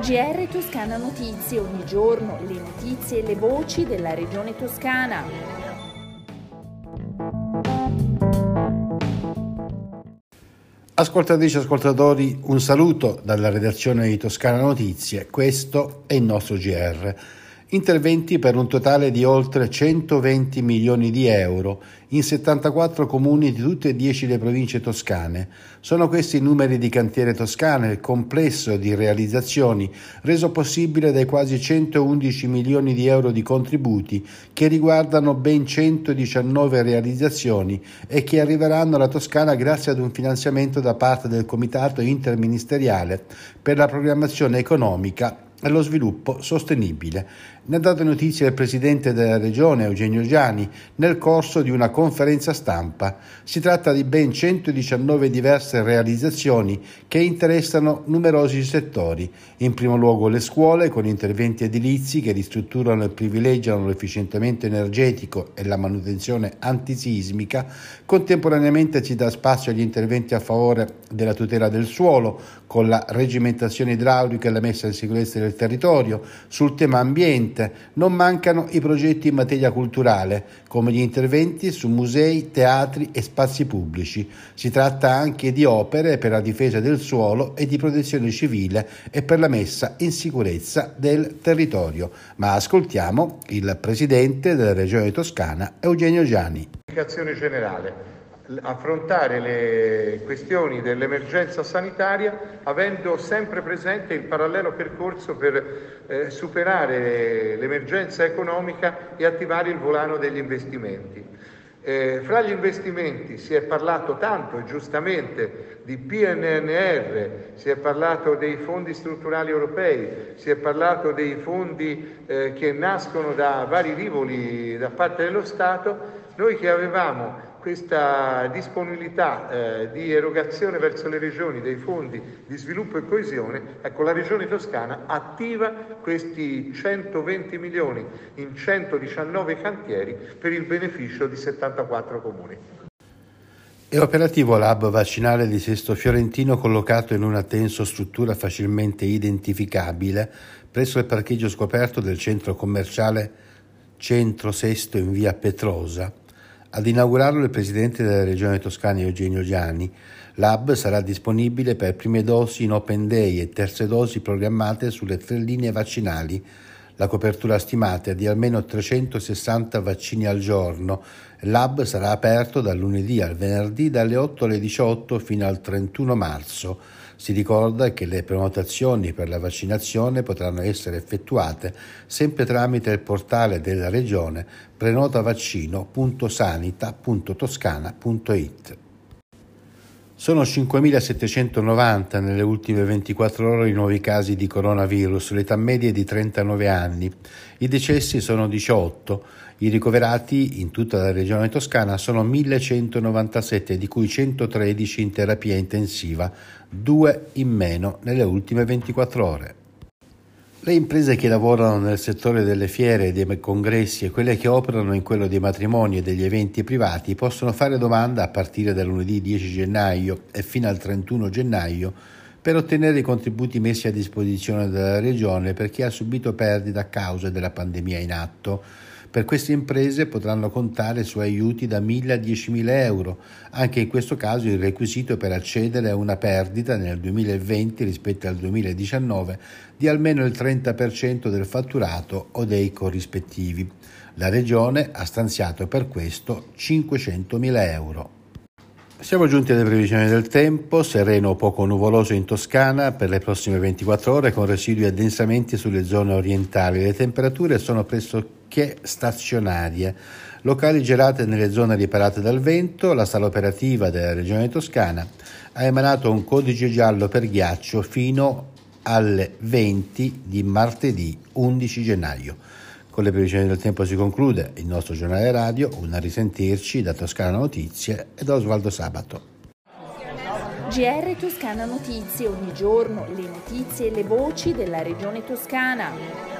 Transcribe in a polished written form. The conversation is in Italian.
GR Toscana Notizie, ogni giorno le notizie e le voci della regione toscana. Ascoltatrici e ascoltatori, un saluto dalla redazione di Toscana Notizie, questo è il nostro GR. Interventi per un totale di oltre 120 milioni di euro in 74 comuni di tutte e 10 le province toscane. Sono questi i numeri di Cantiere Toscana, il complesso di realizzazioni reso possibile dai quasi 111 milioni di euro di contributi che riguardano ben 119 realizzazioni e che arriveranno alla Toscana grazie ad un finanziamento da parte del Comitato Interministeriale per la Programmazione Economica e lo Sviluppo Sostenibile. Ne ha dato notizia il presidente della regione Eugenio Giani nel corso di una conferenza stampa. Si tratta di ben 119 diverse realizzazioni che interessano numerosi settori. In primo luogo le scuole, con interventi edilizi che ristrutturano e privilegiano l'efficientamento energetico e la manutenzione antisismica. Contemporaneamente si dà spazio agli interventi a favore della tutela del suolo, con la regimentazione idraulica e la messa in sicurezza del territorio. Sul tema ambiente non mancano i progetti in materia culturale, come gli interventi su musei, teatri e spazi pubblici. Si tratta anche di opere per la difesa del suolo e di protezione civile e per la messa in sicurezza del territorio. Ma ascoltiamo il presidente della regione toscana, Eugenio Giani. Comunicazione generale. Affrontare le questioni dell'emergenza sanitaria avendo sempre presente il parallelo percorso per superare l'emergenza economica e attivare il volano degli investimenti. Fra gli investimenti si è parlato tanto e giustamente di PNRR, si è parlato dei fondi strutturali europei, si è parlato dei fondi che nascono da vari rivoli da parte dello Stato. Noi che avevamo questa disponibilità di erogazione verso le regioni dei fondi di sviluppo e coesione, ecco, la regione toscana attiva questi 120 milioni in 119 cantieri per il beneficio di 74 comuni. È operativo l'hub vaccinale di Sesto Fiorentino, collocato in una tensostruttura facilmente identificabile presso il parcheggio scoperto del centro commerciale Centro Sesto in via Petrosa. Ad inaugurarlo il presidente della regione toscana Eugenio Giani. L'hub sarà disponibile per prime dosi in open day e terze dosi programmate sulle 3 linee vaccinali. La copertura stimata è di almeno 360 vaccini al giorno. L'hub sarà aperto dal lunedì al venerdì dalle 8 alle 18 fino al 31 marzo. Si ricorda che le prenotazioni per la vaccinazione potranno essere effettuate sempre tramite il portale della regione prenotavaccino.sanita.toscana.it. Sono 5.790 nelle ultime 24 ore i nuovi casi di coronavirus, l'età media è di 39 anni, i decessi sono 18, i ricoverati in tutta la regione toscana sono 1.197, di cui 113 in terapia intensiva, 2 in meno nelle ultime 24 ore. Le imprese che lavorano nel settore delle fiere, dei congressi e quelle che operano in quello dei matrimoni e degli eventi privati possono fare domanda a partire da lunedì 10 gennaio e fino al 31 gennaio per ottenere i contributi messi a disposizione dalla Regione per chi ha subito perdite a causa della pandemia in atto. Per queste imprese potranno contare su aiuti da 1.000 a 10.000 euro. Anche in questo caso il requisito per accedere a una perdita nel 2020 rispetto al 2019 di almeno il 30% del fatturato o dei corrispettivi. La Regione ha stanziato per questo 500.000 euro. Siamo giunti alle previsioni del tempo, sereno o poco nuvoloso in Toscana per le prossime 24 ore con residui addensamenti sulle zone orientali. Le temperature sono pressoché stazionarie, locali gelate nelle zone riparate dal vento. La sala operativa della Regione Toscana ha emanato un codice giallo per ghiaccio fino alle 20 di martedì 11 gennaio. Con le previsioni del tempo si conclude il nostro giornale radio, un a risentirci da Toscana Notizie e da Osvaldo Sabato. GR Toscana Notizie, ogni giorno le notizie e le voci della regione toscana.